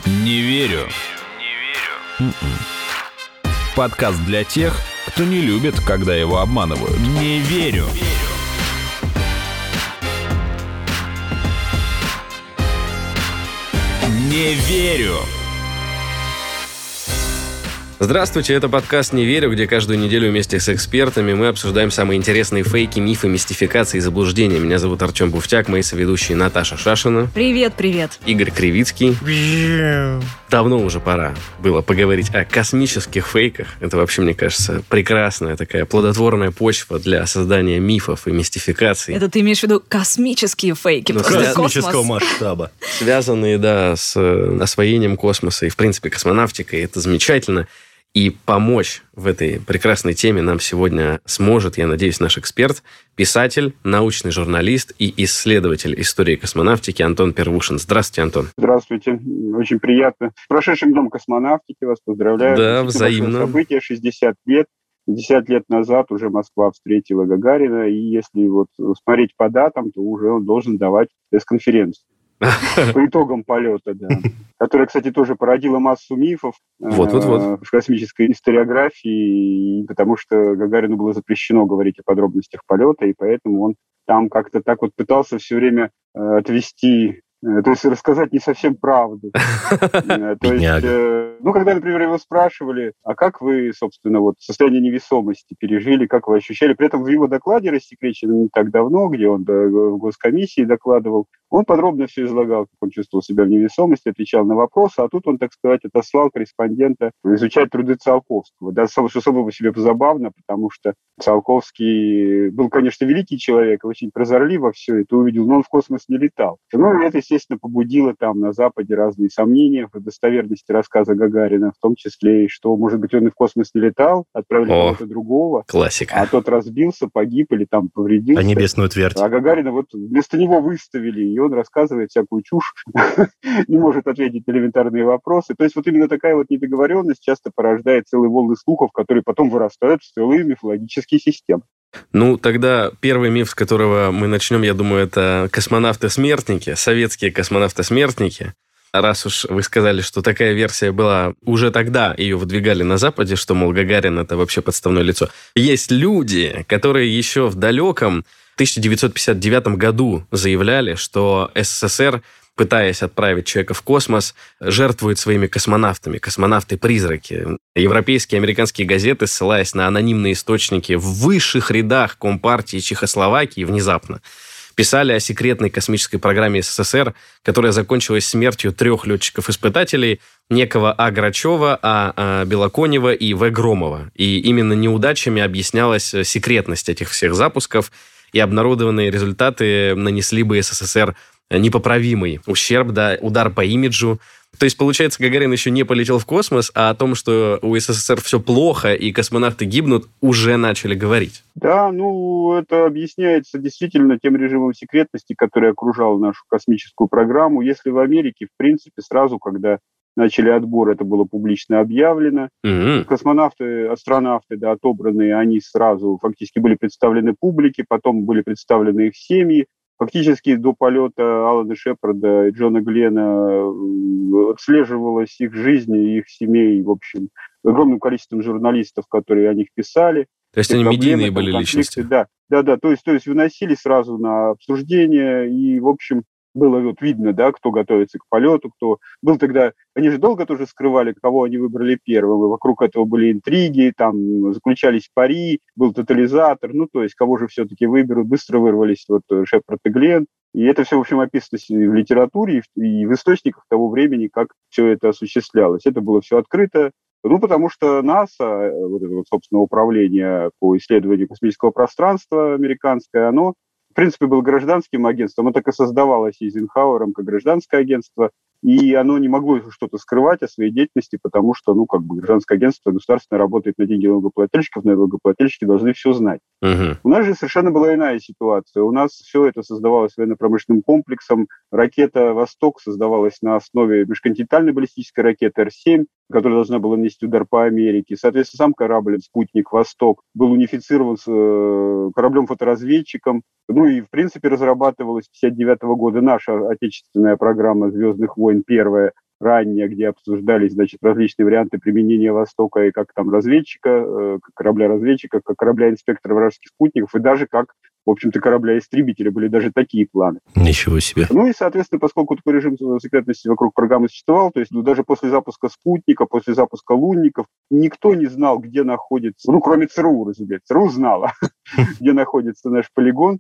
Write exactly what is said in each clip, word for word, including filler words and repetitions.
Не верю. Не верю. Подкаст для тех, кто не любит, когда его обманывают. Не верю. Не верю. Здравствуйте, это подкаст «Не верю», где каждую неделю вместе с экспертами мы обсуждаем самые интересные фейки, мифы, мистификации и заблуждения. Меня зовут Артем Буфтяк, мои соведущие Наташа Шашина. Привет, привет. Игорь Кривицкий. Давно уже пора было поговорить о космических фейках. Это вообще, мне кажется, прекрасная такая плодотворная почва для создания мифов и мистификаций. Это ты имеешь в виду космические фейки? Ну, космического масштаба. Связанные, да, с освоением космоса и, в принципе, космонавтикой. Это замечательно. И помочь в этой прекрасной теме нам сегодня сможет, я надеюсь, наш эксперт, писатель, научный журналист и исследователь истории космонавтики Антон Первушин. Здравствуйте, Антон. Здравствуйте. Очень приятно. С прошедшим Днем космонавтики вас поздравляю. Да, взаимно. Событие шестьдесят лет. пятьдесят лет назад уже Москва встретила Гагарина, и если вот смотреть по датам, то уже он должен давать пресс-конференцию. По итогам полета, да. Которая, кстати, тоже породила массу мифов вот, вот, вот. э, в космической историографии, потому что Гагарину было запрещено говорить о подробностях полета, и поэтому он там как-то так вот пытался все время э, отвести, э, то есть рассказать не совсем правду. То есть, ну, когда, например, его спрашивали, а как вы, собственно, вот состояние невесомости пережили, как вы ощущали, при этом в его докладе, рассекреченном не так давно, где он в госкомиссии докладывал, он подробно все излагал, как он чувствовал себя в невесомости, отвечал на вопросы, а тут он, так сказать, отослал корреспондента изучать труды Циолковского. Да, что особо по себе забавно, потому что Циолковский был, конечно, великий человек, очень прозорливо все это увидел, но он в космос не летал. Ну, и это, естественно, побудило там на Западе разные сомнения в достоверности рассказа Гагарина, в том числе и что, может быть, он и в космос не летал, отправили О, кого-то другого, классика. А тот разбился, погиб или там повредился. А небесную твердь. А Гагарина вот вместо него выставили, и он рассказывает всякую чушь, не может ответить на элементарные вопросы. То есть вот именно такая вот недоговоренность часто порождает целые волны слухов, которые потом вырастают в целые мифологические системы. Ну, тогда первый миф, с которого мы начнем, я думаю, это космонавты-смертники, советские космонавты-смертники. Раз уж вы сказали, что такая версия была уже тогда, ее выдвигали на Западе, что, мол, Гагарин – это вообще подставное лицо. Есть люди, которые еще в далеком тысяча девятьсот пятьдесят девятом году заявляли, что СССР, пытаясь отправить человека в космос, жертвует своими космонавтами, космонавты-призраки. Европейские и американские газеты, ссылаясь на анонимные источники в высших рядах Компартии Чехословакии, внезапно писали о секретной космической программе СССР, которая закончилась смертью трех летчиков-испытателей, некого А. Грачева, А. А. Белоконева и В. Громова. И именно неудачами объяснялась секретность этих всех запусков, и обнародованные результаты нанесли бы СССР непоправимый ущерб, да, удар по имиджу. То есть, получается, Гагарин еще не полетел в космос, а о том, что у СССР все плохо и космонавты гибнут, уже начали говорить. Да, ну, это объясняется действительно тем режимом секретности, который окружал нашу космическую программу. Если в Америке, в принципе, сразу, когда начали отбор, это было публично объявлено. Mm-hmm. Космонавты, астронавты, да, отобранные, они сразу фактически были представлены публике, потом были представлены их семьи. Фактически до полета Алана Шепарда и Джона Гленна отслеживалась их жизнь и их семей, в общем, огромным количеством журналистов, которые о них писали. То есть они медийные были личности? Да, да, да. То есть, то есть выносили сразу на обсуждение, и, в общем, было вот видно, да, кто готовится к полету, кто... Был тогда... Они же долго тоже скрывали, кого они выбрали первым, и вокруг этого были интриги, там заключались пари, был тотализатор, ну, то есть кого же все-таки выберут, быстро вырвались вот Шепард и Гленн. И это все, в общем, описано в литературе и в источниках того времени, как все это осуществлялось. Это было все открыто. Ну, потому что НАСА, вот это вот, собственно, управление по исследованию космического пространства американское, оно, в принципе, было гражданским агентством. Оно так и создавалось Эйзенхауэром как гражданское агентство. И оно не могло что-то скрывать о своей деятельности, потому что, ну, как бы гражданское агентство государственно работает на деньги налогоплательщиков, налогоплательщики должны все знать. Uh-huh. У нас же совершенно была иная ситуация. У нас все это создавалось военно-промышленным комплексом. Ракета «Восток» создавалась на основе межконтинентальной баллистической ракеты Эр семь, которая должна была нанести удар по Америке. Соответственно, сам корабль «Спутник Восток» был унифицирован с э, кораблем-фоторазведчиком. Ну и, в принципе, разрабатывалась с тысяча девятьсот пятьдесят девятого года наша отечественная программа «Звездных войн», первая, ранняя, где обсуждались, значит, различные варианты применения Востока и как там разведчика, как корабля-разведчика, как корабля-инспектора вражеских спутников, и даже как, в общем-то, корабля-истребителя. Были даже такие планы. Ничего себе. Ну и, соответственно, поскольку такой режим секретности вокруг программы существовал, то есть ну, даже после запуска спутника, после запуска лунников, никто не знал, где находится, ну, кроме ЦРУ, разумеется. ЦРУ знала, где находится наш полигон.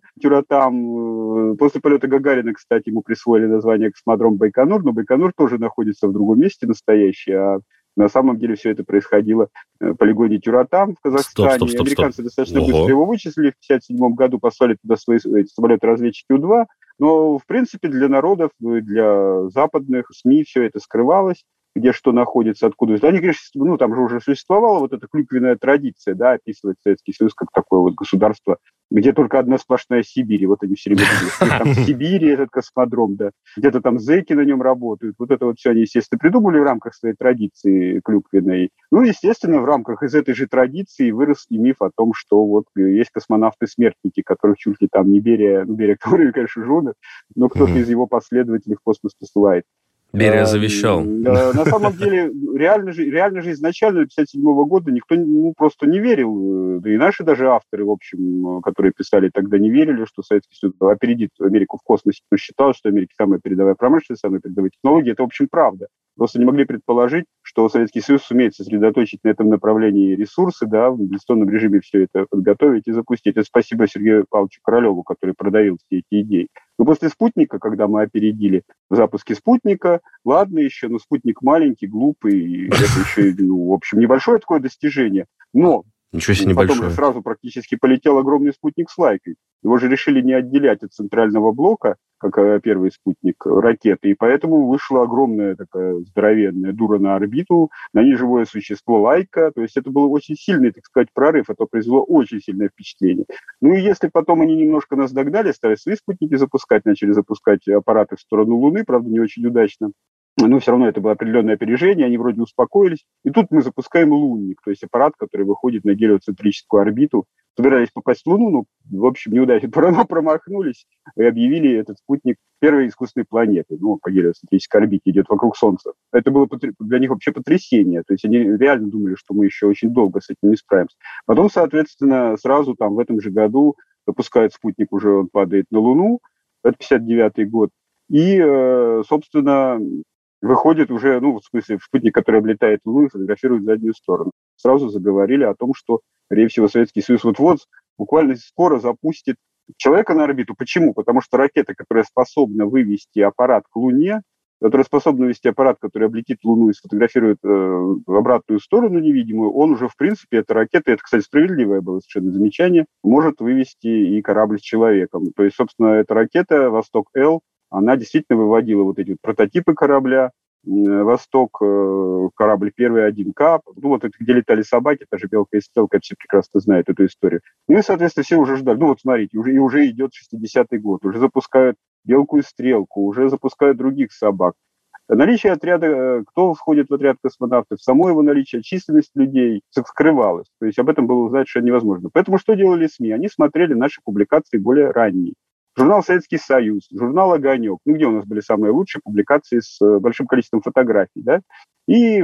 Тюратам, после полета Гагарина, кстати, ему присвоили название космодром Байконур, но Байконур тоже находится в другом месте настоящий, а на самом деле все это происходило на полигоне Тюратам в Казахстане. Стоп, стоп, стоп, Американцы стоп. достаточно Ого. быстро его вычислили. В тысяча девятьсот пятьдесят седьмом году послали туда свои самолеты-разведчики У-два. Но, в принципе, для народов, для западных СМИ все это скрывалось, где что находится, откуда. Они, конечно, ну, там же уже существовала вот эта клюквенная традиция, да, описывать Советский Союз как такое вот государство, где только одна сплошная Сибирь. Вот они все время говорят, там в Сибири этот космодром, да, где-то там зэки на нем работают. Вот это вот все они, естественно, придумали в рамках своей традиции клюквенной. Ну, естественно, в рамках из этой же традиции вырос и миф о том, что вот есть космонавты-смертники, которых чуть ли там не Берия, ну, Берия, конечно, жены, но кто-то из его последователей в космос посылает. Берия завещал. На самом деле, реально же, реально же изначально до пятьдесят седьмого года никто ну, просто не верил. Да и наши даже авторы, в общем, которые писали тогда, не верили, что Советский Союз опередит Америку в космосе. Кто считал, что Америка самая передовая промышленность, самая передовая технология. Это, в общем, правда. Просто не могли предположить, что Советский Союз сумеет сосредоточить на этом направлении ресурсы, да, в инвестиционном режиме все это подготовить и запустить. Это спасибо Сергею Павловичу Королеву, который продавил все эти идеи. Но после «Спутника», когда мы опередили в запуске «Спутника», ладно еще, но «Спутник» маленький, глупый, это еще, ну, в общем, небольшое такое достижение. Но Ничего себе потом небольшое. же сразу практически полетел огромный спутник с Лайкой. Его же решили не отделять от центрального блока, как первый спутник ракеты, и поэтому вышла огромная такая здоровенная дура на орбиту, на ней живое существо Лайка, то есть это был очень сильный, так сказать, прорыв, это произвело очень сильное впечатление. Ну и если потом они немножко нас догнали, стали свои спутники запускать, начали запускать аппараты в сторону Луны, правда, не очень удачно, но все равно это было определенное опережение, они вроде успокоились. И тут мы запускаем лунник, то есть аппарат, который выходит на гелиоцентрическую орбиту. Собирались попасть в Луну, но, в общем, неудачно промахнулись и объявили этот спутник первой искусственной планетой. Ну, по гелиоцентрической орбите идет вокруг Солнца. Это было для них вообще потрясение. То есть они реально думали, что мы еще очень долго с этим не справимся. Потом, соответственно, сразу там в этом же году запускает спутник, уже он падает на Луну. Это пятьдесят девятый год. И, собственно, выходит уже, ну, в смысле, спутник, который облетает Луну и фотографирует заднюю сторону. Сразу заговорили о том, что, скорее всего, Советский Союз вот-вот буквально скоро запустит человека на орбиту. Почему? Потому что ракета, которая способна вывести аппарат к Луне, которая способна вывести аппарат, который облетит Луну и сфотографирует э, в обратную сторону невидимую, он уже, в принципе, эта ракета, это, кстати, справедливое было совершенно замечание, может вывести и корабль с человеком. То есть, собственно, эта ракета «Восток-Л», она действительно выводила вот эти вот прототипы корабля, «Восток», корабль первый один К, ну вот это где летали собаки, это же «Белка и стрелка», все прекрасно знают эту историю. Ну и, соответственно, все уже ждали. Ну вот смотрите, уже, и уже идет шестидесятый год, уже запускают «Белку и стрелку», уже запускают других собак. Наличие отряда, кто входит в отряд космонавтов, само его наличие, численность людей скрывалась. То есть об этом было узнать совершенно невозможно. Поэтому что делали СМИ? Они смотрели наши публикации более ранние. Журнал «Советский Союз», журнал «Огонек», ну, где у нас были самые лучшие публикации с большим количеством фотографий, да, и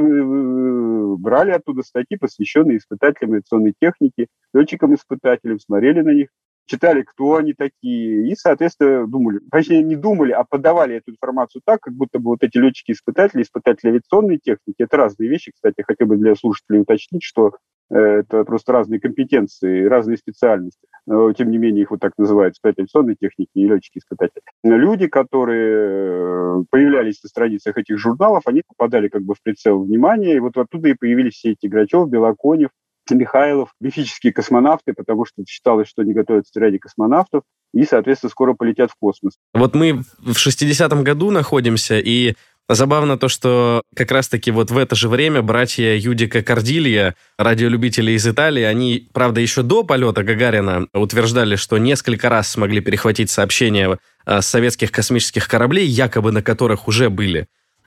брали оттуда статьи, посвященные испытателям авиационной техники, летчикам-испытателям, смотрели на них, читали, кто они такие, и, соответственно, думали, точнее, не думали, а подавали эту информацию так, как будто бы вот эти летчики-испытатели, испытатели авиационной техники, это разные вещи, кстати, я хотел бы для слушателей уточнить, что это просто разные компетенции, разные специальности. Но, тем не менее, их вот так называют испытатели авиационной техники и летчики-испытатели. Люди, которые появлялись на страницах этих журналов, они попадали как бы в прицел внимания, и вот оттуда и появились все эти Грачев, Белоконев, Михайлов, мифические космонавты, потому что считалось, что они готовятся к ряде космонавтов и, соответственно, скоро полетят в космос. Вот мы в шестидесятом году находимся, и забавно то, что как раз-таки вот в это же время братья Юдика Кордилья, радиолюбители из Италии, они, правда, еще до полета Гагарина утверждали, что несколько раз смогли перехватить сообщения с советских космических кораблей, якобы на которых уже были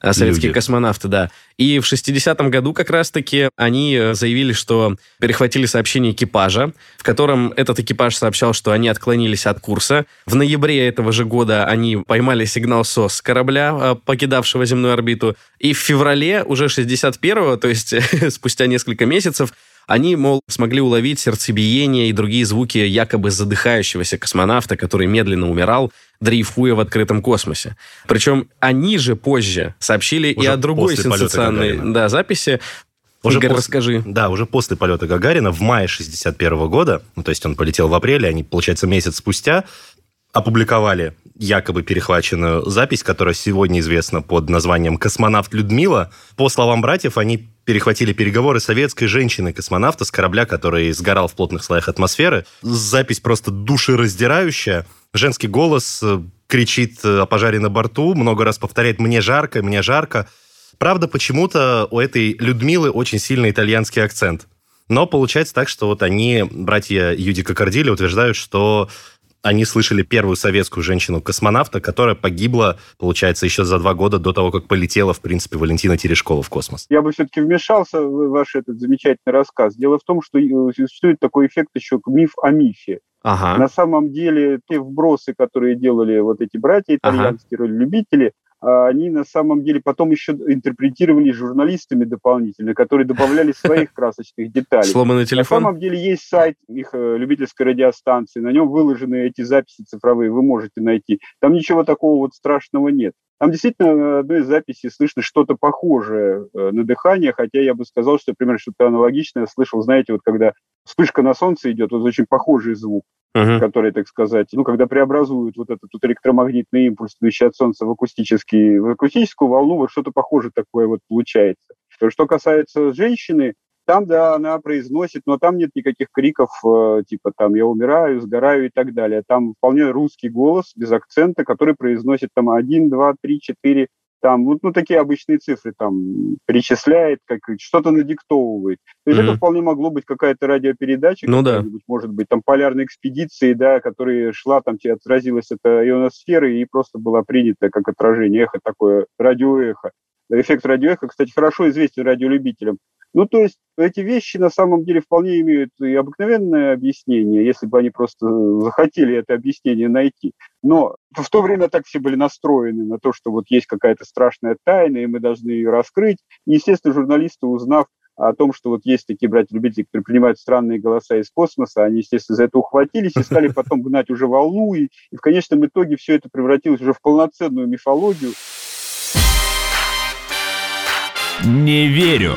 советские Люди. космонавты, да. И в шестидесятом году как раз-таки они заявили, что перехватили сообщение экипажа, в котором этот экипаж сообщал, что они отклонились от курса. В ноябре этого же года они поймали сигнал СОС с корабля, покидавшего земную орбиту. И в феврале уже шестьдесят первого, то есть спустя несколько месяцев, они, мол, смогли уловить сердцебиение и другие звуки якобы задыхающегося космонавта, который медленно умирал, дрейфуя в открытом космосе. Причем они же позже сообщили уже и о другой сенсационной да, записи. Уже Игорь, пос... расскажи. Да, уже после полета Гагарина в мае шестьдесят первого года, ну, то есть он полетел в апреле, они, получается, месяц спустя опубликовали якобы перехваченную запись, которая сегодня известна под названием «Космонавт Людмила». По словам братьев, они перехватили переговоры советской женщины-космонавта с корабля, который сгорал в плотных слоях атмосферы. Запись просто душераздирающая. Женский голос кричит о пожаре на борту, много раз повторяет «мне жарко, мне жарко». Правда, почему-то у этой Людмилы очень сильный итальянский акцент. Но получается так, что вот они, братья Юдико Кардили, утверждают, что они слышали первую советскую женщину-космонавта, которая погибла, получается, еще за два года до того, как полетела, в принципе, Валентина Терешкова в космос. Я бы все-таки вмешался в ваш этот замечательный рассказ. Дело в том, что существует такой эффект еще миф о мифе. Ага. На самом деле, те вбросы, которые делали вот эти братья итальянские, ага. любители, они на самом деле потом еще интерпретировались журналистами дополнительно, которые добавляли своих красочных деталей. Сломанный телефон? На самом деле есть сайт их любительской радиостанции, на нем выложены эти записи цифровые, вы можете найти. Там ничего такого вот страшного нет. Там действительно на одной из записей слышно что-то похожее на дыхание, хотя я бы сказал, что, например, что-то аналогичное слышал, знаете, вот когда вспышка на солнце идет, вот очень похожий звук. Uh-huh. Которые, так сказать, ну, когда преобразуют вот этот вот электромагнитный импульс, идущий от Солнца в, акустический, в акустическую волну, вот что-то похожее такое вот получается. Что касается женщины, там, да, она произносит, но там нет никаких криков, э, типа там «я умираю», «сгораю» и так далее. Там вполне русский голос, без акцента, который произносит там один, два, три, четыре, там, вот, ну, такие обычные цифры, там, перечисляет, как, что-то надиктовывает. То есть mm-hmm. это вполне могло быть какая-то радиопередача, ну, да. может быть, там, полярной экспедиции, да, которая шла, там, отразилась эта ионосфера и просто была принята как отражение, эхо такое, радиоэхо. Эффект радиоэха, кстати, хорошо известен радиолюбителям. Ну, то есть эти вещи на самом деле вполне имеют и обыкновенное объяснение, если бы они просто захотели это объяснение найти. Но в то время так все были настроены на то, что вот есть какая-то страшная тайна, и мы должны ее раскрыть. И, естественно, журналисты, узнав о том, что вот есть такие братья-любители, которые принимают странные голоса из космоса, они, естественно, за это ухватились и стали потом гнать уже волну, и, и в конечном итоге все это превратилось уже в полноценную мифологию. Не верю.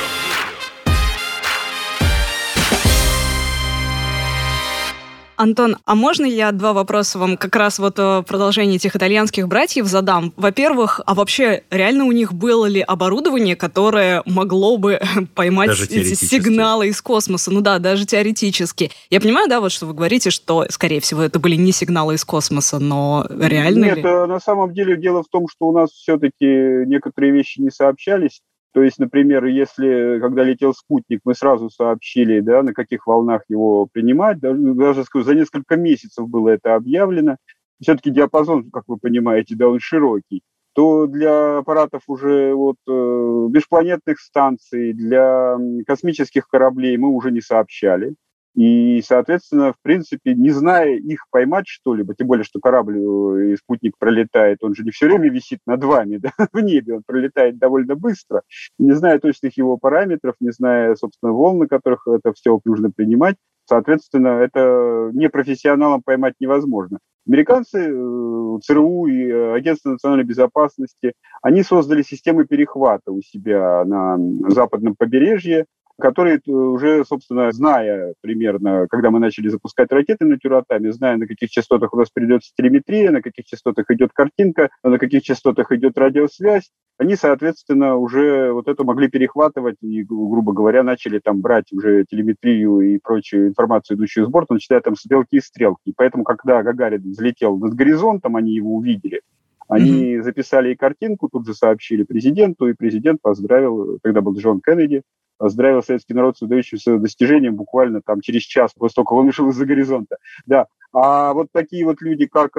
Антон, а можно я два вопроса вам как раз вот в продолжении этих итальянских братьев задам? Во-первых, а вообще реально у них было ли оборудование, которое могло бы поймать эти сигналы из космоса? Ну да, даже теоретически. Я понимаю, да, вот что вы говорите, что, скорее всего, это были не сигналы из космоса, но реально Нет, ли? на самом деле дело в том, что у нас все-таки некоторые вещи не сообщались. То есть, например, если, когда летел спутник, мы сразу сообщили, да, на каких волнах его принимать, даже, даже скажу, за несколько месяцев было это объявлено. Все-таки диапазон, как вы понимаете, довольно широкий. То для аппаратов уже вот, э, межпланетных станций, для космических кораблей мы уже не сообщали. И, соответственно, в принципе, не зная их поймать что-либо, тем более, что корабль и спутник пролетает, он же не все время висит над вами, да, в небе, он пролетает довольно быстро, не зная точных его параметров, не зная, собственно, волн, на которых это все нужно принимать, соответственно, это непрофессионалам поймать невозможно. Американцы, ЦРУ и Агентство национальной безопасности, они создали системы перехвата у себя на западном побережье, которые уже, собственно, зная примерно, когда мы начали запускать ракеты над Юратами, зная, на каких частотах у нас перейдет телеметрия, на каких частотах идет картинка, на каких частотах идет радиосвязь, они, соответственно, уже вот это могли перехватывать и, грубо говоря, начали там брать уже телеметрию и прочую информацию, идущую с борта, начиная там стрелки и стрелки. И поэтому, когда Гагарин взлетел над горизонтом, они его увидели, они mm-hmm. записали и картинку, тут же сообщили президенту, и президент поздравил, тогда был Джон Кеннеди, поздравил советский народ с выдающимся достижением буквально там через час, после того, как он вышел из-за горизонта. Да. А вот такие вот люди, как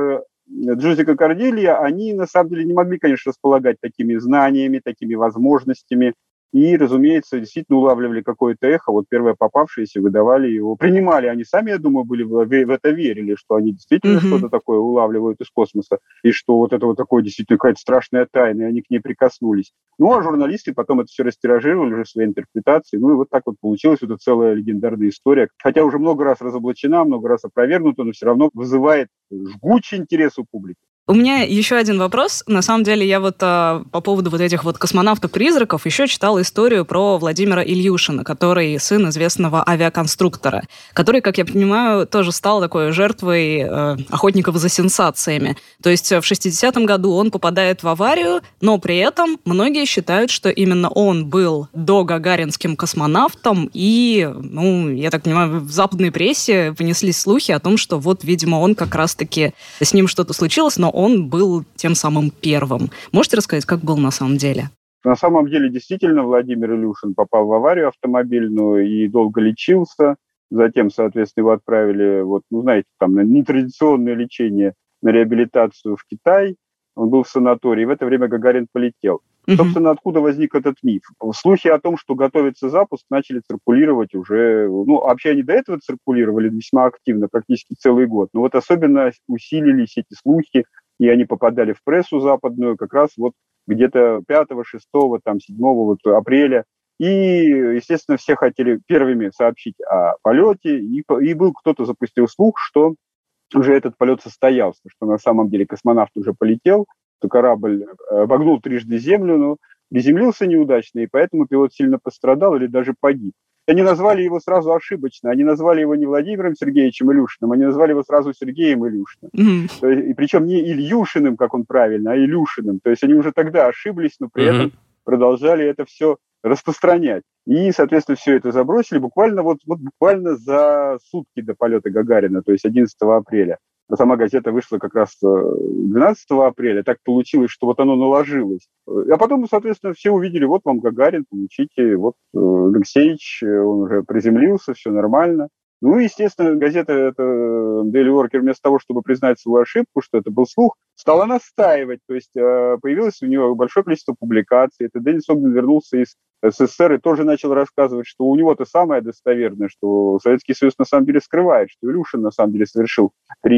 Джузико Кордилья, они на самом деле не могли, конечно, располагать такими знаниями, такими возможностями. И, разумеется, действительно улавливали какое-то эхо. Вот первое попавшееся, выдавали его. Принимали. Они сами, я думаю, были в это верили, что они действительно mm-hmm. что-то такое улавливают из космоса. И что вот это вот такое действительно какая-то страшная тайна, и они к ней прикоснулись. Ну, а журналисты потом это все растиражировали уже в своей интерпретации. Ну, и вот так вот получилась вот эта целая легендарная история. Хотя уже много раз разоблачена, много раз опровергнута, но все равно вызывает жгучий интерес у публики. У меня еще один вопрос. На самом деле, я вот а, по поводу вот этих вот космонавтов-призраков еще читала историю про Владимира Ильюшина, который сын известного авиаконструктора, который, как я понимаю, тоже стал такой жертвой э, охотников за сенсациями. То есть в шестидесятом году он попадает в аварию, но при этом многие считают, что именно он был догагаринским космонавтом, и, ну, я так понимаю, в западной прессе понеслись слухи о том, что вот, видимо, он как раз-таки, с ним что-то случилось, но он был тем самым первым. Можете рассказать, как был на самом деле? На самом деле, действительно, Владимир Илюшин попал в аварию автомобильную и долго лечился. Затем, соответственно, его отправили, вот, ну, знаете, там, на нетрадиционное лечение, на реабилитацию в Китай. Он был в санатории. В это время Гагарин полетел. Mm-hmm. Собственно, откуда возник этот миф? Слухи о том, что готовится запуск, начали циркулировать уже... Ну, вообще они до этого циркулировали весьма активно, практически целый год. Но вот особенно усилились эти слухи, и они попадали в прессу западную как раз вот где-то пятого, шестого, там, седьмого вот, апреля. И, естественно, все хотели первыми сообщить о полете. И, и был кто-то запустил слух, что уже этот полет состоялся, что на самом деле космонавт уже полетел, что корабль обогнул трижды Землю, но приземлился неудачно, и поэтому пилот сильно пострадал или даже погиб. Они назвали его сразу ошибочно. Они назвали его не Владимиром Сергеевичем Илюшиным, они назвали его сразу Сергеем Илюшиным. Mm-hmm. То есть, и причем не Ильюшиным, как он правильно, а Илюшиным. То есть они уже тогда ошиблись, но при mm-hmm. этом продолжали это все распространять. И, соответственно, все это забросили буквально, вот, вот буквально за сутки до полета Гагарина, то есть одиннадцатого апреля. Сама газета вышла как раз двенадцатого апреля. Так получилось, что вот оно наложилось. А потом, соответственно, все увидели, вот вам Гагарин, получите, вот Алексеевич, он уже приземлился, все нормально. Ну и, естественно, газета это Daily Worker вместо того, чтобы признать свою ошибку, что это был слух, стала настаивать. То есть появилось у него большое количество публикаций. Это Денис Огнен вернулся из СССР и тоже начал рассказывать, что у него-то самое достоверное, что Советский Союз на самом деле скрывает, что Илюшин на самом деле совершил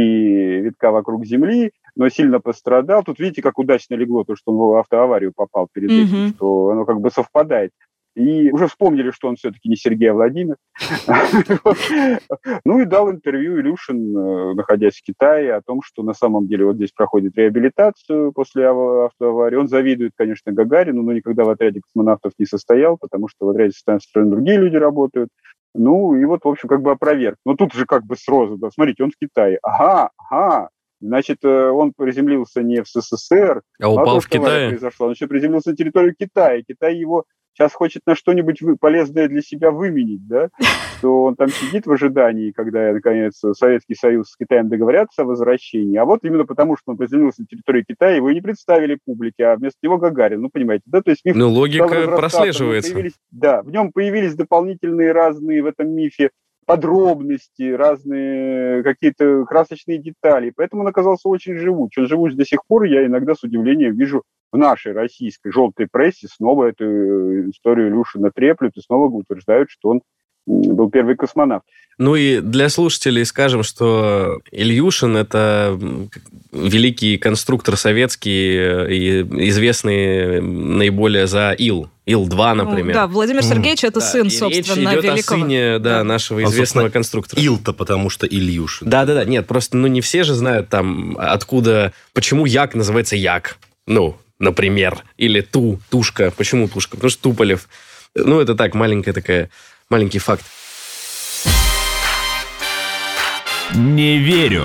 три витка вокруг Земли, но сильно пострадал. Тут видите, как удачно легло то, что он в автоаварию попал перед mm-hmm. этим, что оно как бы совпадает. И уже вспомнили, что он все-таки не Сергей, а Владимир. Ну и дал интервью Илюшин, находясь в Китае, о том, что на самом деле вот здесь проходит реабилитацию после автоаварии. Он завидует, конечно, Гагарину, но никогда в отряде космонавтов не состоял, потому что в отряде состояния другие люди работают. Ну и вот, в общем, как бы опроверг. Но тут же как бы сразу, да, смотрите, он в Китае. Ага, ага. Значит, он приземлился не в СССР, а упал в Китае. Произошло. Он еще приземлился на территорию Китая. Китай его сейчас хочет на что-нибудь полезное для себя выменить, да? Что он там сидит в ожидании, когда, наконец, Советский Союз с Китаем договорятся о возвращении. А вот именно потому, что он приземлился на территории Китая, его и не представили публике, а вместо него Гагарин. Ну, понимаете, да? То есть миф... Ну, логика прослеживается. Да, в нем появились дополнительные разные в этом мифе подробности, разные какие-то красочные детали. Поэтому он оказался очень живуч. Он живуч до сих пор. Я иногда с удивлением вижу в нашей российской желтой прессе снова эту историю Илюшина треплют и снова утверждают, что он был первый космонавт. Ну и для слушателей скажем, что Ильюшин – это великий конструктор советский и известный наиболее за Ил. Ил-два, например. Да, Владимир Сергеевич – это да, сын, собственно, речь идет великого. о сыне, да, да. нашего Он, известного конструктора. Ил-то потому что Ильюшин. Да-да-да, нет, просто ну, не все же знают там, откуда, почему Як называется Як. Ну, например. Или Ту, Тушка. Почему Тушка? Потому что Туполев. Ну, это так, маленькая такая, маленький факт. Не верю.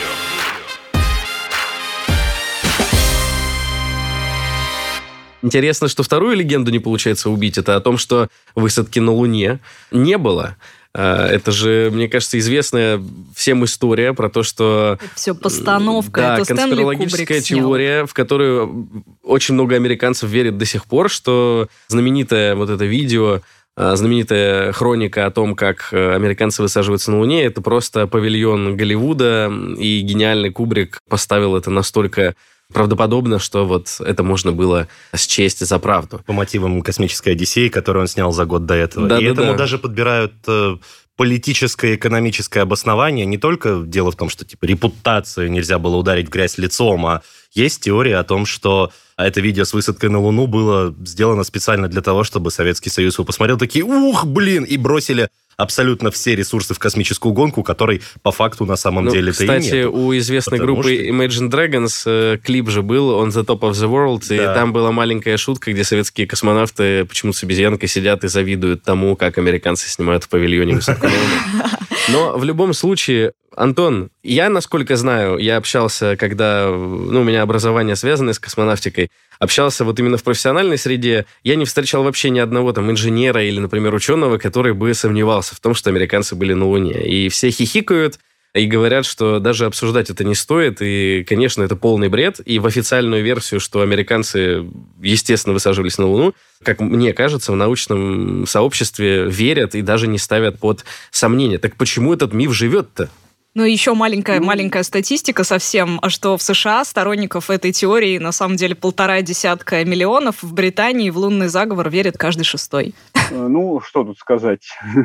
Интересно, что вторую легенду не получается убить. Это о том, что высадки на Луне не было. Это же, мне кажется, известная всем история про то, что... Это все постановка, да, это Стэнли Кубрик конспирологическая снял. теория, в которую очень много американцев верят до сих пор, что знаменитое вот это видео знаменитая хроника о том, как американцы высаживаются на Луне, это просто павильон Голливуда, и гениальный Кубрик поставил это настолько правдоподобно, что вот это можно было счесть за правду. По мотивам «Космической Одиссеи», которую он снял за год до этого. Да, и да, этому да. даже подбирают э, политическое, экономическое обоснование. Не только дело в том, что типа репутацию нельзя было ударить в грязь лицом, а есть теория о том, что это видео с высадкой на Луну было сделано специально для того, чтобы Советский Союз его посмотрел, такие «ух, блин!» и бросили абсолютно все ресурсы в космическую гонку, которой по факту на самом ну, деле-то и нет. Кстати, у известной Потому группы что... Imagine Dragons э, клип же был «On the Top of the World», да. И там была маленькая шутка, где советские космонавты почему-то с обезьянкой сидят и завидуют тому, как американцы снимают в павильоне высадку на Луну. Но в любом случае, Антон, я, насколько знаю, я общался, когда ну, у меня образование связанное с космонавтикой, общался вот именно в профессиональной среде, я не встречал вообще ни одного там инженера или, например, ученого, который бы сомневался в том, что американцы были на Луне. И все хихикают и говорят, что даже обсуждать это не стоит, и, конечно, это полный бред. И в официальную версию, что американцы, естественно, высаживались на Луну, как мне кажется, в научном сообществе верят и даже не ставят под сомнение. Так почему этот миф живет-то? Ну, еще маленькая, маленькая статистика совсем, что в США сторонников этой теории на самом деле полтора десятка миллионов, в Британии в лунный заговор верит каждый шестой. Ну, что тут сказать?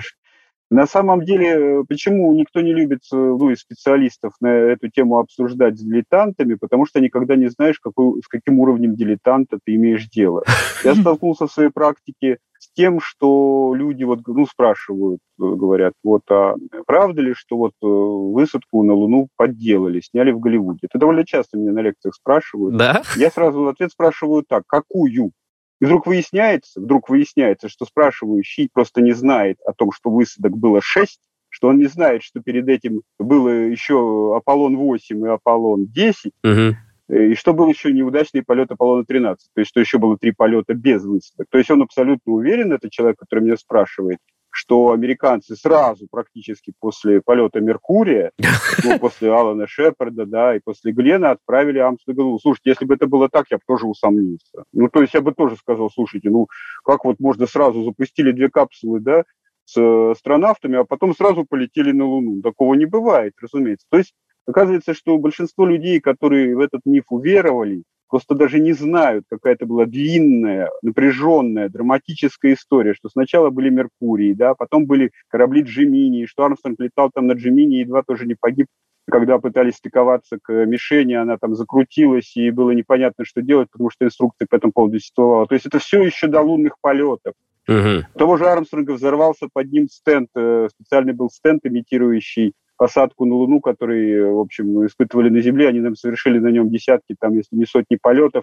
На самом деле, почему никто не любит, ну, из специалистов на эту тему обсуждать с дилетантами? Потому что никогда не знаешь, какой, с каким уровнем дилетанта ты имеешь дело. Я столкнулся в своей практике с тем, что люди вот, ну, спрашивают, говорят, вот, а правда ли, что вот высадку на Луну подделали, сняли в Голливуде? Это довольно часто меня на лекциях спрашивают. Да? Я сразу в ответ спрашиваю так, какую? И вдруг выясняется, вдруг выясняется, что спрашивающий просто не знает о том, что высадок было шесть, что он не знает, что перед этим было еще Аполлон восемь и Аполлон десять, угу. И что был еще неудачный полет Аполлона тринадцать, то есть что еще было три полета без высадок. То есть он абсолютно уверен, это человек, который меня спрашивает, что американцы сразу практически после полета Меркурия, ну, после Алана Шепарда, да, и после Глена отправили Армстронга. Слушайте, если бы это было так, я бы тоже усомнился. Ну, то есть я бы тоже сказал, слушайте, ну, как вот можно сразу запустили две капсулы, да, с астронавтами, а потом сразу полетели на Луну. Такого не бывает, разумеется. То есть оказывается, что большинство людей, которые в этот миф уверовали, просто даже не знают, какая это была длинная, напряженная, драматическая история, что сначала были Меркурии, да, потом были корабли Джемини, что Армстронг летал там на Джемини, едва тоже не погиб, когда пытались стыковаться к мишени, она там закрутилась, и было непонятно, что делать, потому что инструкция по этому поводу существовала. То есть это все еще до лунных полетов. Угу. У того же Армстронга взорвался под ним стенд, специальный был стенд, имитирующий посадку на Луну, который, в общем, испытывали на Земле, они нам совершили на нем десятки, там, если не сотни полетов,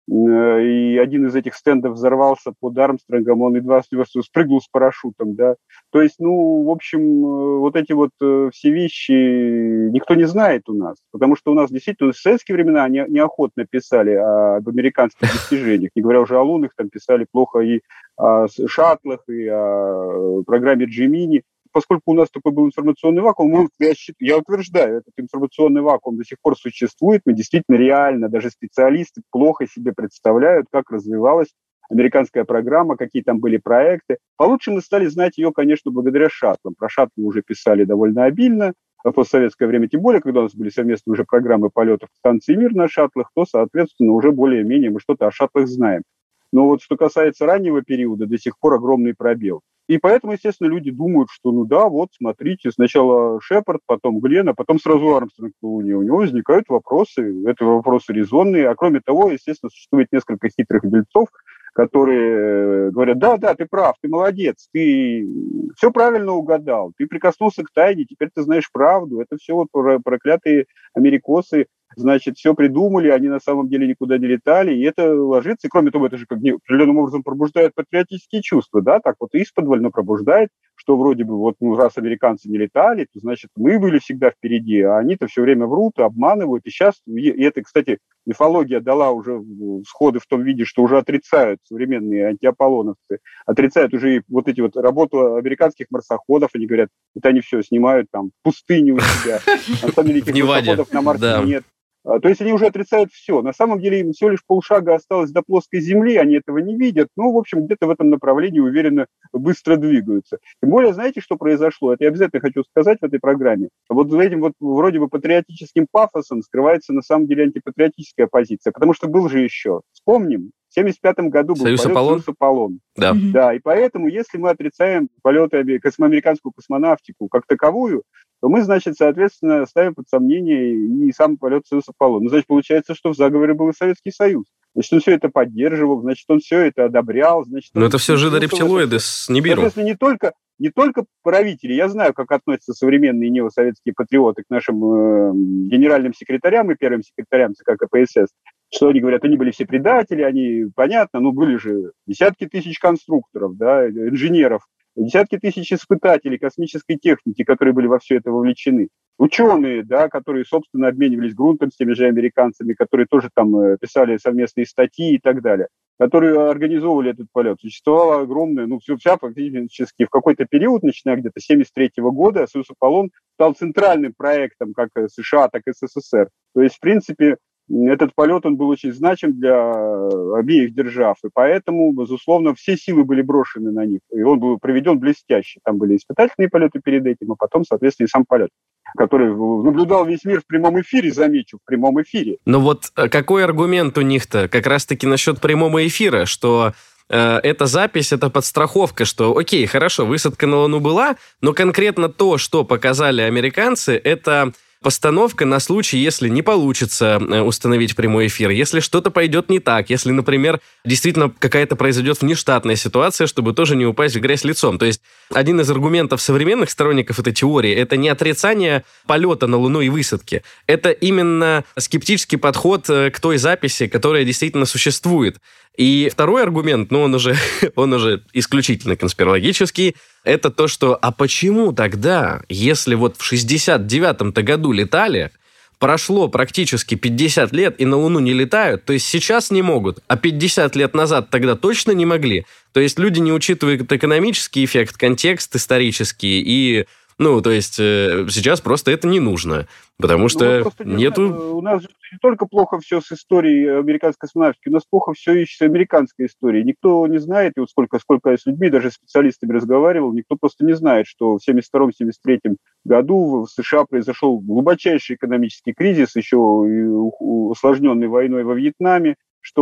и один из этих стендов взорвался под Армстронгом, он едва спрыгнул с парашютом, да. То есть, ну, в общем, вот эти вот все вещи никто не знает у нас, потому что у нас действительно в советские времена не, неохотно писали об американских достижениях, не говоря уже о лунных, там писали плохо и о шаттлах, и о программе Джемини. Поскольку у нас такой был информационный вакуум, я, я утверждаю, этот информационный вакуум до сих пор существует, мы действительно реально, даже специалисты плохо себе представляют, как развивалась американская программа, какие там были проекты. Получше мы стали знать ее, конечно, благодаря шаттлам. Про шаттлы уже писали довольно обильно, в постсоветское время, тем более, когда у нас были совместные уже программы полетов к станции «Мир» на шаттлах, то, соответственно, уже более-менее мы что-то о шаттлах знаем. Но вот что касается раннего периода, до сих пор огромный пробел. И поэтому, естественно, люди думают, что, ну да, вот, смотрите, сначала Шепард, потом Глен, а потом сразу Армстронг на Луне. У него возникают вопросы, это вопросы резонные. А кроме того, естественно, существует несколько хитрых дельцов, которые говорят, да, да, ты прав, ты молодец, ты все правильно угадал, ты прикоснулся к тайне, теперь ты знаешь правду. Это все вот проклятые америкосы, значит, все придумали, они на самом деле никуда не летали, и это ложится, и кроме того, это же как определенным образом пробуждает патриотические чувства, да, так вот исподвольно пробуждает, что вроде бы вот, ну, раз американцы не летали, то, значит, мы были всегда впереди, а они-то все время врут, обманывают, и сейчас, и это, кстати, мифология дала уже сходы в том виде, что уже отрицают современные антиаполлоновцы, отрицают уже и вот эти вот работу американских марсоходов, они говорят, это они все снимают там в пустыне у себя, на самом деле этих марсоходов на Марсе нет. То есть они уже отрицают все. На самом деле им всего лишь полшага осталось до плоской Земли, они этого не видят. Ну, в общем, где-то в этом направлении уверенно быстро двигаются. Тем более, знаете, что произошло? Это я обязательно хочу сказать в этой программе. Вот за этим вот вроде бы патриотическим пафосом скрывается на самом деле антипатриотическая позиция. Потому что был же еще, вспомним, в семьдесят пятом году был Союз полет Аполлон? Союз Аполлон. Да. Да, и поэтому, если мы отрицаем полеты, американскую космонавтику как таковую, то мы, значит, соответственно, ставим под сомнение и сам полет Союз Аполлон. Ну, значит, получается, что в заговоре был и Советский Союз. Значит, он все это поддерживал, значит, он все это одобрял. Значит, Но это все жидорептилоиды с Нибиру. Соответственно, не только, не только правители. Я знаю, как относятся современные неосоветские патриоты к нашим э, генеральным секретарям и первым секретарям ЦК КПСС. Что они говорят, они были все предатели, они, понятно, ну, были же десятки тысяч конструкторов, да, инженеров, десятки тысяч испытателей космической техники, которые были во все это вовлечены. Ученые, да, которые, собственно, обменивались грунтом с теми же американцами, которые тоже там писали совместные статьи и так далее, которые организовывали этот полет. Существовало огромное, ну, все, вся фактически в какой-то период, начиная где-то с семьдесят третьего года, Союз Аполлон стал центральным проектом как США, так и СССР. То есть, в принципе, этот полет, он был очень значим для обеих держав, и поэтому, безусловно, все силы были брошены на них, и он был проведен блестяще. Там были испытательные полеты перед этим, а потом, соответственно, и сам полет, который наблюдал весь мир в прямом эфире, замечу, в прямом эфире. Но вот какой аргумент у них-то как раз-таки насчет прямого эфира, что э, эта запись, это подстраховка, что, окей, хорошо, высадка на Луну была, но конкретно то, что показали американцы, это постановка на случай, если не получится установить прямой эфир, если что-то пойдет не так, если, например, действительно какая-то произойдет внештатная ситуация, чтобы тоже не упасть в грязь лицом. То есть один из аргументов современных сторонников этой теории – это не отрицание полета на Луну и высадки. Это именно скептический подход к той записи, которая действительно существует. И второй аргумент, ну, он уже, он уже исключительно конспирологический, это то, что, а почему тогда, если вот в шестьдесят девятом-то году летали, прошло практически пятьдесят лет и на Луну не летают, то есть сейчас не могут, а пятьдесят лет назад тогда точно не могли? То есть люди не учитывают экономический эффект, контекст исторический и... Ну, то есть э, сейчас просто это не нужно, потому что ну, нету... Не, у нас не только плохо все с историей американской космонавтики, у нас плохо все и с американской историей. Никто не знает, и вот сколько, сколько я с людьми, даже с специалистами разговаривал, никто просто не знает, что в семьдесят втором — семьдесят третьем году в США произошел глубочайший экономический кризис, еще и усложненный войной во Вьетнаме,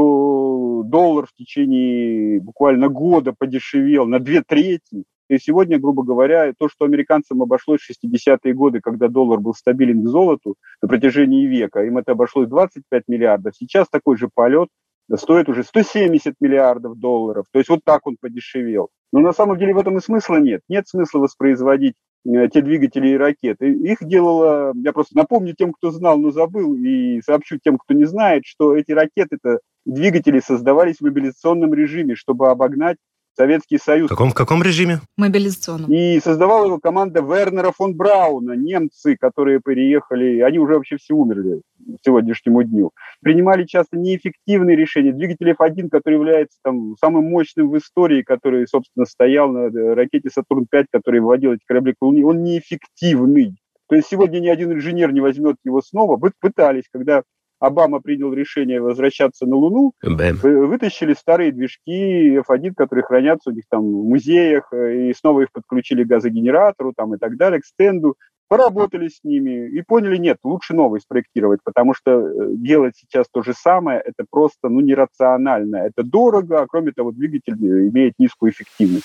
что доллар в течение буквально года подешевел на две трети. И сегодня, грубо говоря, то, что американцам обошлось в шестидесятые годы, когда доллар был стабилен к золоту на протяжении века, им это обошлось двадцать пять миллиардов. Сейчас такой же полет стоит уже сто семьдесят миллиардов долларов. То есть вот так он подешевел. Но на самом деле в этом и смысла нет. Нет смысла воспроизводить э, те двигатели и ракеты. Их делала, я просто напомню тем, кто знал, но забыл, и сообщу тем, кто не знает, что эти ракеты-то, двигатели создавались в мобилизационном режиме, чтобы обогнать Советский Союз. В каком, в каком режиме? Мобилизационном. И создавала его команда Вернера фон Брауна, немцы, которые переехали, они уже вообще все умерли к сегодняшнему дню. Принимали часто неэффективные решения. Двигатель эф один, который является там самым мощным в истории, который, собственно, стоял на ракете Сатурн пять, который выводил эти корабли к Луне, он неэффективный. То есть сегодня ни один инженер не возьмет его снова. Пытались, когда Обама принял решение возвращаться на Луну, Бэм. вытащили старые движки эф один, которые хранятся у них там в музеях, и снова их подключили к газогенератору там, и так далее, к стенду, поработали с ними и поняли, нет, лучше новый спроектировать, потому что делать сейчас то же самое, это просто ну, нерационально, это дорого, а кроме того, двигатель имеет низкую эффективность.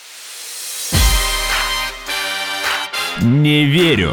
Не верю.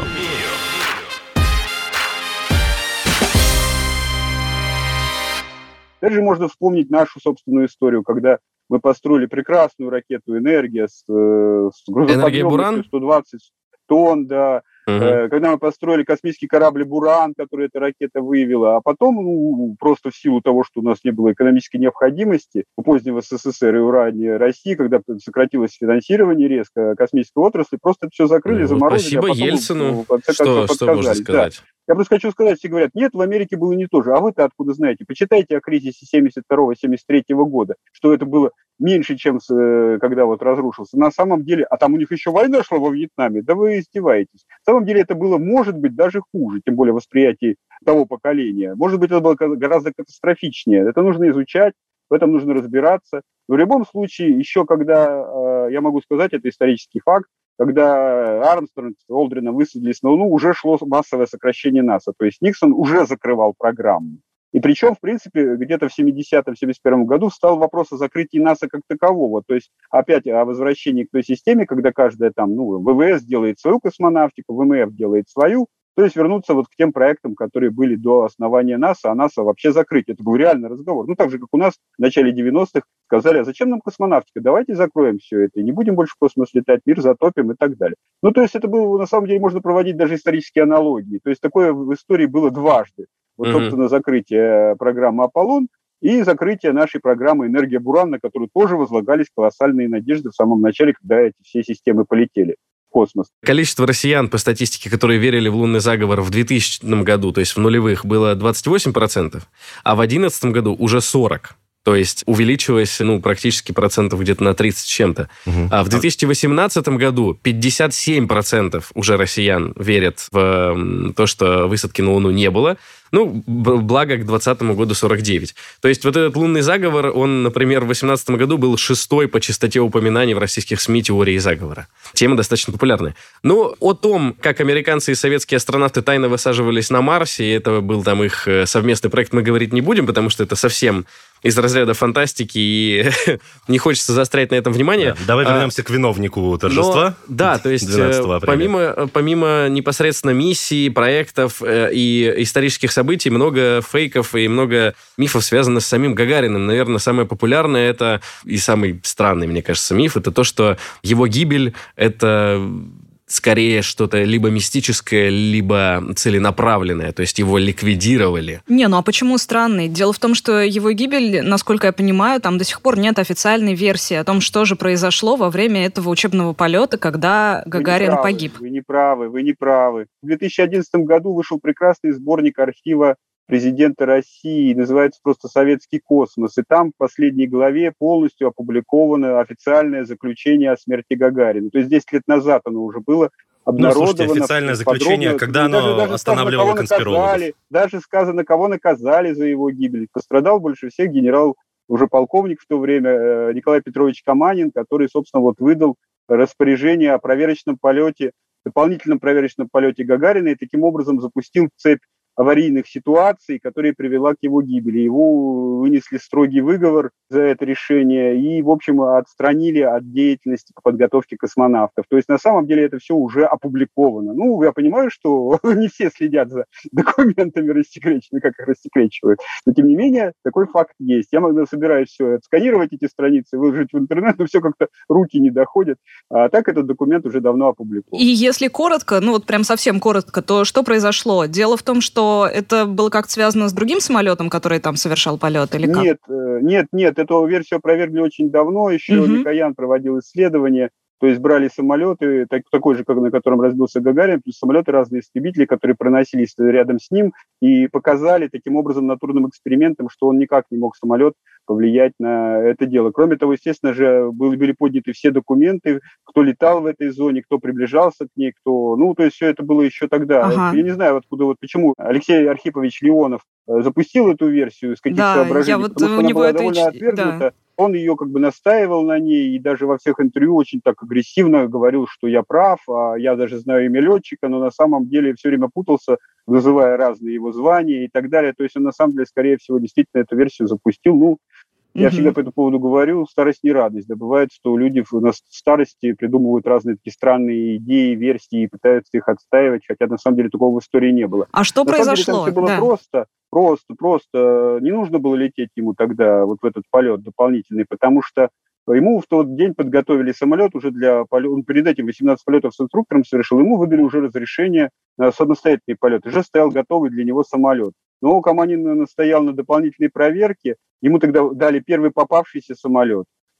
Также можно вспомнить нашу собственную историю, когда мы построили прекрасную ракету «Энергия» с, с грузоподъемностью сто двадцать тонн, да. Угу. Э, когда мы построили космический корабль «Буран», который эта ракета вывела, а потом, ну, просто в силу того, что у нас не было экономической необходимости у позднего СССР и у ранней России, когда сократилось финансирование резко космической отрасли, просто все закрыли, ну, заморозили. Спасибо а потом, Ельцину, в конце что, концов, что можно сказать. Я просто хочу сказать, все говорят, нет, в Америке было не то же. А вы-то откуда знаете? Почитайте о кризисе семьдесят второго — семьдесят третьего года, что это было меньше, чем с, когда вот разрушился. На самом деле, а там у них еще война шла во Вьетнаме, да вы издеваетесь. На самом деле это было, может быть, даже хуже, тем более восприятие того поколения. Может быть, это было гораздо катастрофичнее. Это нужно изучать, в этом нужно разбираться. Но в любом случае, еще когда, я могу сказать, это исторический факт, когда Армстронг с Олдрином высадились на Луну, уже шло массовое сокращение НАСА. То есть Никсон уже закрывал программу. И причем, в принципе, где-то в семидесятом — семьдесят первом году встал вопрос о закрытии НАСА как такового. То есть опять о возвращении к той системе, когда каждая там, ну, ВВС делает свою космонавтику, ВМФ делает свою. То есть вернуться вот к тем проектам, которые были до основания НАСА, а НАСА вообще закрыть. Это был реальный разговор. Ну, так же, как у нас в начале девяностых сказали, а зачем нам космонавтика? Давайте закроем все это, и не будем больше в космос летать, мир затопим и так далее. Ну, то есть это было, на самом деле, можно проводить даже исторические аналогии. То есть такое в истории было дважды. Вот, собственно, закрытие программы «Аполлон» и закрытие нашей программы «Энергия Буран», на которую тоже возлагались колоссальные надежды в самом начале, когда эти все системы полетели. Космос. Количество россиян, по статистике, которые верили в лунный заговор в двухтысячном году, то есть в нулевых, было двадцать восемь процентов, а в две тысячи одиннадцатом году уже сорок процентов. То есть увеличилось, ну, практически процентов где-то на тридцать с чем-то. Угу. А в две тысячи восемнадцатом году пятьдесят семь процентов уже россиян верят в то, что высадки на Луну не было. Ну, благо к двадцатому году сорок девять процентов. То есть вот этот лунный заговор, он, например, в две тысячи восемнадцатом году был шестой по частоте упоминаний в российских СМИ теории заговора. Тема достаточно популярная. Но о том, как американцы и советские астронавты тайно высаживались на Марсе, и это был там их совместный проект, мы говорить не будем, потому что это совсем из разряда фантастики, и не хочется заострять на этом внимание. Да, давай вернемся а, к виновнику торжества. Но, да, то есть помимо, помимо непосредственно миссий, проектов и исторических событий, много фейков и много мифов связано с самим Гагариным. Наверное, самое популярное это, и самый странный, мне кажется, миф, это то, что его гибель — это скорее что-то либо мистическое, либо целенаправленное, то есть его ликвидировали. Не, ну а почему странный? Дело в том, что его гибель, насколько я понимаю, там до сих пор нет официальной версии о том, что же произошло во время этого учебного полета, когда Гагарин вы погиб. Вы не правы, вы не правы. В две тысячи одиннадцатом году вышел прекрасный сборник архива президента России, называется просто «Советский космос». И там в последней главе полностью опубликовано официальное заключение о смерти Гагарина. То есть десять лет назад оно уже было обнародовано. Ну, слушайте, официальное заключение, подробно, когда оно даже, даже останавливало сказано, конспирологов. Наказали, даже сказано, кого наказали за его гибель. Пострадал больше всех генерал, уже полковник в то время, Николай Петрович Каманин, который, собственно, вот выдал распоряжение о проверочном полете, дополнительном проверочном полете Гагарина, и таким образом запустил цепь аварийных ситуаций, которая привела к его гибели. Его вынесли строгий выговор за это решение и, в общем, отстранили от деятельности по подготовке космонавтов. То есть, на самом деле, это все уже опубликовано. Ну, я понимаю, что не все следят за документами рассекреченными, как их рассекречивают. Но, тем не менее, такой факт есть. Я собираюсь все отсканировать эти страницы, выложить в интернет, но все как-то руки не доходят. А так этот документ уже давно опубликован. И если коротко, ну вот прям совсем коротко, то что произошло? Дело в том, что это было как-то связано с другим самолетом, который там совершал полет, или как? Нет, нет, нет, эту версию опровергли очень давно, еще угу. Микоян проводил исследования, то есть брали самолеты, так, такой же, как на котором разбился Гагарин, плюс самолеты, разные истребители, которые проносились рядом с ним, и показали таким образом натурным экспериментом, что он никак не мог самолет повлиять на это дело. Кроме того, естественно же, были, были подняты все документы, кто летал в этой зоне, кто приближался к ней, кто... Ну, то есть все это было еще тогда. Ага. Я не знаю, откуда, вот почему Алексей Архипович Леонов запустил эту версию, с каких да, соображений, я вот потому что у она него была это довольно и... отвергнута. Да. Он ее как бы настаивал на ней и даже во всех интервью очень так агрессивно говорил, что я прав, а я даже знаю имя летчика, но на самом деле все время путался, называя разные его звания и так далее. То есть он на самом деле, скорее всего, действительно эту версию запустил. Ну, я mm-hmm. всегда по этому поводу говорю, старость не радость. Да бывает, что люди в старости придумывают разные такие странные идеи, версии и пытаются их отстаивать, хотя на самом деле такого в истории не было. А что на произошло? Самом деле, там все было да. просто, просто, просто. Не нужно было лететь ему тогда вот в этот полет дополнительный, потому что ему в тот день подготовили самолет уже для полета. Он перед этим восемнадцать полетов с инструктором совершил, ему выдали уже разрешение на самостоятельный полет. Уже стоял готовый для него самолет. Но Каманин настоял на дополнительной проверке. Ему тогда дали первый попавшийся самолет.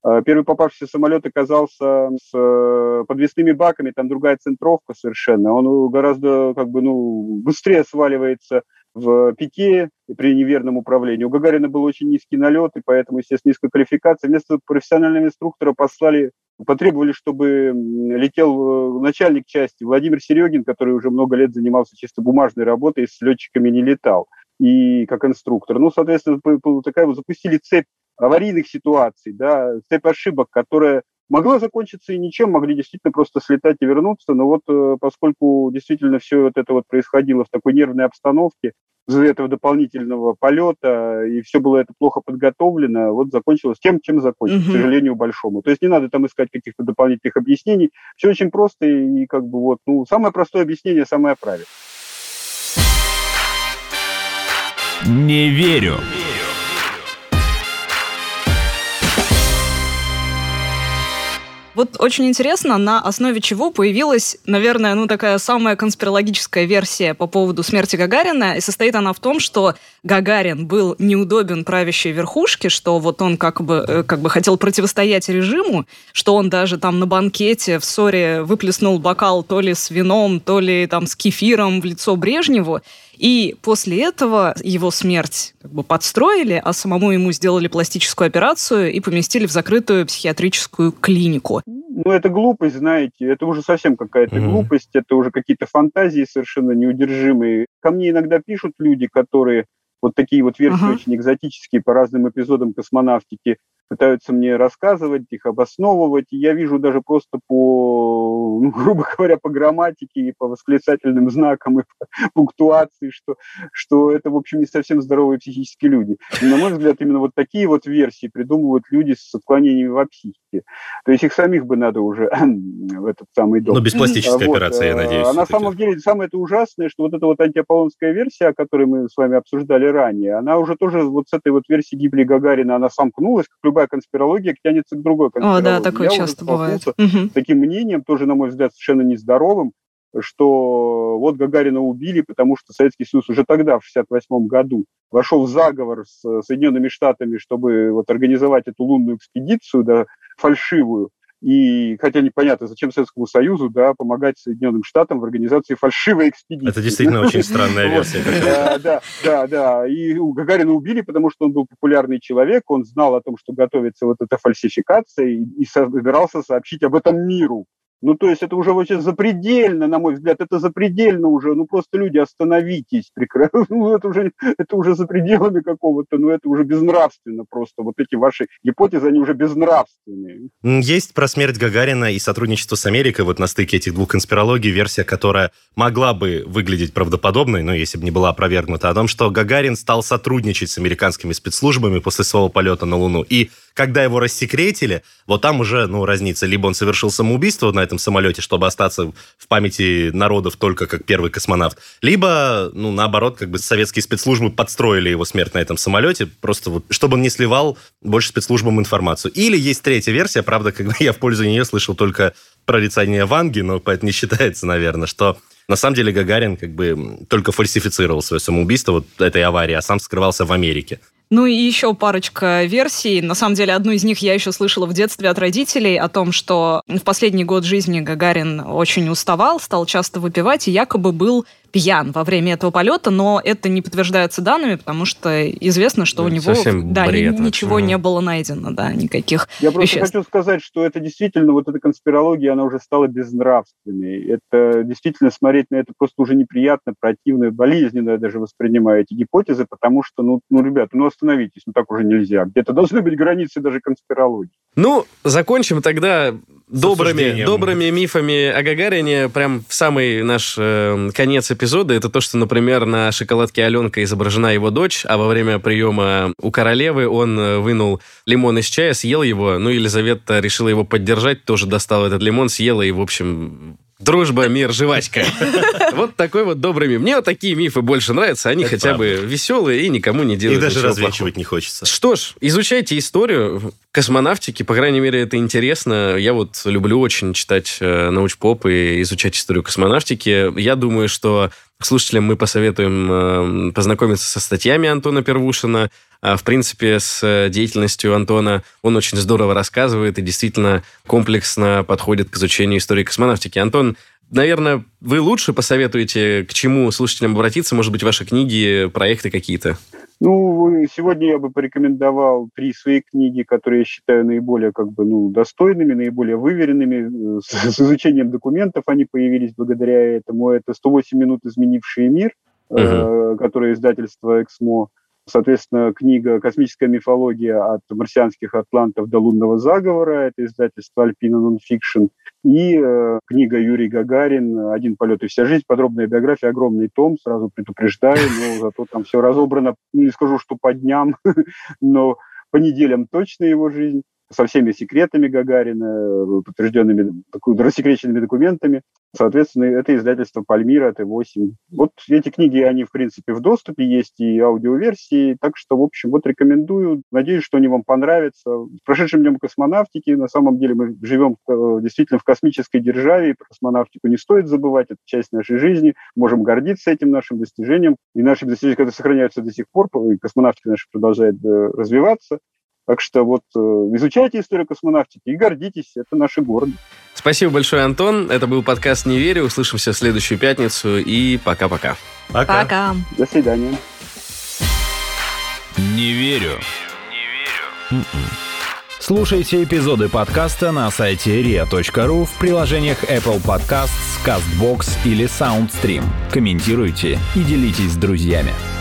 Первый попавшийся самолет оказался с подвесными баками, там другая центровка совершенно. Он гораздо как бы, ну, быстрее сваливается в пике при неверном управлении. У Гагарина был очень низкий налет, и поэтому, естественно, низкая квалификация. Вместо профессионального инструктора послали, потребовали, чтобы летел начальник части Владимир Серегин, который уже много лет занимался чисто бумажной работой, с летчиками не летал, и как инструктор. Ну, соответственно, такая вот запустили цепь аварийных ситуаций, да, цепь ошибок, которая могла закончиться и ничем, могли действительно просто слетать и вернуться, но вот э, поскольку действительно все вот это вот происходило в такой нервной обстановке, из-за этого дополнительного полета, и все было это плохо подготовлено, вот закончилось тем, чем закончилось, mm-hmm. к сожалению, большому. То есть не надо там искать каких-то дополнительных объяснений, все очень просто, и, и как бы вот, ну, самое простое объяснение, самое правильное. Не верю. Вот очень интересно, на основе чего появилась, наверное, ну такая самая конспирологическая версия по поводу смерти Гагарина. И состоит она в том, что Гагарин был неудобен правящей верхушке, что вот он как бы, как бы хотел противостоять режиму, что он даже там на банкете в ссоре выплеснул бокал то ли с вином, то ли там с кефиром в лицо Брежневу. И после этого его смерть как бы подстроили, а самому ему сделали пластическую операцию и поместили в закрытую психиатрическую клинику. Ну, это глупость, знаете, это уже совсем какая-то mm-hmm. глупость, это уже какие-то фантазии совершенно неудержимые. Ко мне иногда пишут люди, которые вот такие вот версии uh-huh. очень экзотические по разным эпизодам космонавтики пытаются мне рассказывать, их обосновывать. И я вижу даже просто по, ну, грубо говоря, по грамматике и по восклицательным знакам, и по пунктуации, что, что это, в общем, не совсем здоровые психические люди. И, на мой взгляд, именно вот такие вот версии придумывают люди с отклонениями в психике. То есть их самих бы надо уже в этот самый дом. Но без пластической вот. операции, я надеюсь. А на самом деле, самое это ужасное, что вот эта вот антиаполлоновская версия, о которой мы с вами обсуждали ранее, она уже тоже вот с этой вот версии гибели Гагарина, она сомкнулась, как любая конспирология тянется к другой конспирологии. О, да, такое я часто бывает. С таким мнением, тоже, на мой взгляд, совершенно нездоровым, что вот Гагарина убили, потому что Советский Союз уже тогда, в шестьдесят восьмом году, вошел в заговор с Соединенными Штатами, чтобы вот организовать эту лунную экспедицию, да, фальшивую. И хотя непонятно, зачем Советскому Союзу, да, помогать Соединенным Штатам в организации фальшивой экспедиции. Это действительно очень странная версия. Да, да, да. И Гагарина убили, потому что он был популярный человек, он знал о том, что готовится вот эта фальсификация, и собирался сообщить об этом миру. Ну, то есть это уже очень запредельно, на мой взгляд, это запредельно уже, ну, просто люди, остановитесь, прекрасно, ну, это уже, это уже за пределами какого-то, ну, это уже безнравственно просто, вот эти ваши гипотезы, они уже безнравственные. Есть про смерть Гагарина и сотрудничество с Америкой, вот на стыке этих двух конспирологий, версия, которая могла бы выглядеть правдоподобной, ну, если бы не была опровергнута, о том, что Гагарин стал сотрудничать с американскими спецслужбами после своего полета на Луну, и когда его рассекретили, вот там уже, ну, разница, либо он совершил самоубийство на этом самолете, чтобы остаться в памяти народов только как первый космонавт, либо, ну, наоборот, как бы советские спецслужбы подстроили его смерть на этом самолете, просто вот, чтобы он не сливал больше спецслужбам информацию. Или есть третья версия, правда, как бы я в пользу нее слышал только прорицание Ванги, но поэтому не считается, наверное, что на самом деле Гагарин как бы только фальсифицировал свое самоубийство вот этой аварии, а сам скрывался в Америке. Ну и еще парочка версий. На самом деле, одну из них я еще слышала в детстве от родителей о том, что в последний год жизни Гагарин очень уставал, стал часто выпивать и якобы был пьян во время этого полета, но это не подтверждается данными, потому что известно, что да, у него да, бред, ничего вообще не было найдено, да, никаких Я просто веществ. хочу сказать, что это действительно, вот эта конспирология, она уже стала безнравственной. Это действительно смотреть на это просто уже неприятно, противно, болезненно я даже воспринимаю эти гипотезы, потому что, ну, ну, ребята, ну остановитесь, ну так уже нельзя. Где-то должны быть границы даже конспирологии. Ну, закончим тогда добрыми, добрыми мифами о Гагарине прям в самый наш э, конец эпизода. Это то, что, например, на шоколадке Аленка изображена его дочь, а во время приема у королевы он вынул лимон из чая, съел его. Ну, Елизавета решила его поддержать, тоже достала этот лимон, съела и, в общем... Дружба, мир, жвачка. Вот такой вот добрый миф. Мне вот такие мифы больше нравятся. Они это хотя правда. бы веселые и никому не делают. И даже развенчивать плохого. не хочется. Что ж, изучайте историю космонавтики. По крайней мере, это интересно. Я вот люблю очень читать научпоп и изучать историю космонавтики. Я думаю, что слушателям мы посоветуем познакомиться со статьями Антона Первушина, в принципе, с деятельностью Антона он очень здорово рассказывает и действительно комплексно подходит к изучению истории космонавтики. Антон, наверное, вы лучше посоветуете, к чему слушателям обратиться? Может быть, ваши книги, проекты какие-то? Ну, сегодня я бы порекомендовал три свои книги, которые я считаю наиболее как бы, ну, достойными, наиболее выверенными. С, с изучением документов они появились благодаря этому. Это «сто восемь минут, изменившие мир», uh-huh. э, которое издательство «Эксмо». Соответственно, книга «Космическая мифология от марсианских атлантов до лунного заговора», это издательство Alpina Nonfiction, и э, книга Юрий Гагарин «Один полет и вся жизнь», подробная биография, огромный том, сразу предупреждаю, но зато там все разобрано, не скажу, что по дням, но по неделям точно его жизнь, со всеми секретами Гагарина, подтвержденными, рассекреченными документами. Соответственно, это издательство «Пальмира», Т восемь. Вот эти книги, они, в принципе, в доступе, есть и аудиоверсии, так что, в общем, вот рекомендую. Надеюсь, что они вам понравятся. С прошедшим днем космонавтики. На самом деле мы живем действительно в космической державе, и про космонавтику не стоит забывать, это часть нашей жизни. Можем гордиться этим нашим достижением. И наши достижения, которые сохраняются до сих пор, и космонавтика наша продолжает развиваться. Так что вот изучайте историю космонавтики и гордитесь, это наша гордость. Спасибо большое, Антон. Это был подкаст «Не верю». Услышимся в следующую пятницу и пока-пока. Пока. Пока. До свидания. Не верю. Не верю. Слушайте эпизоды подкаста на сайте риа точка ру, в приложениях Apple Podcasts, CastBox или SoundStream. Комментируйте и делитесь с друзьями.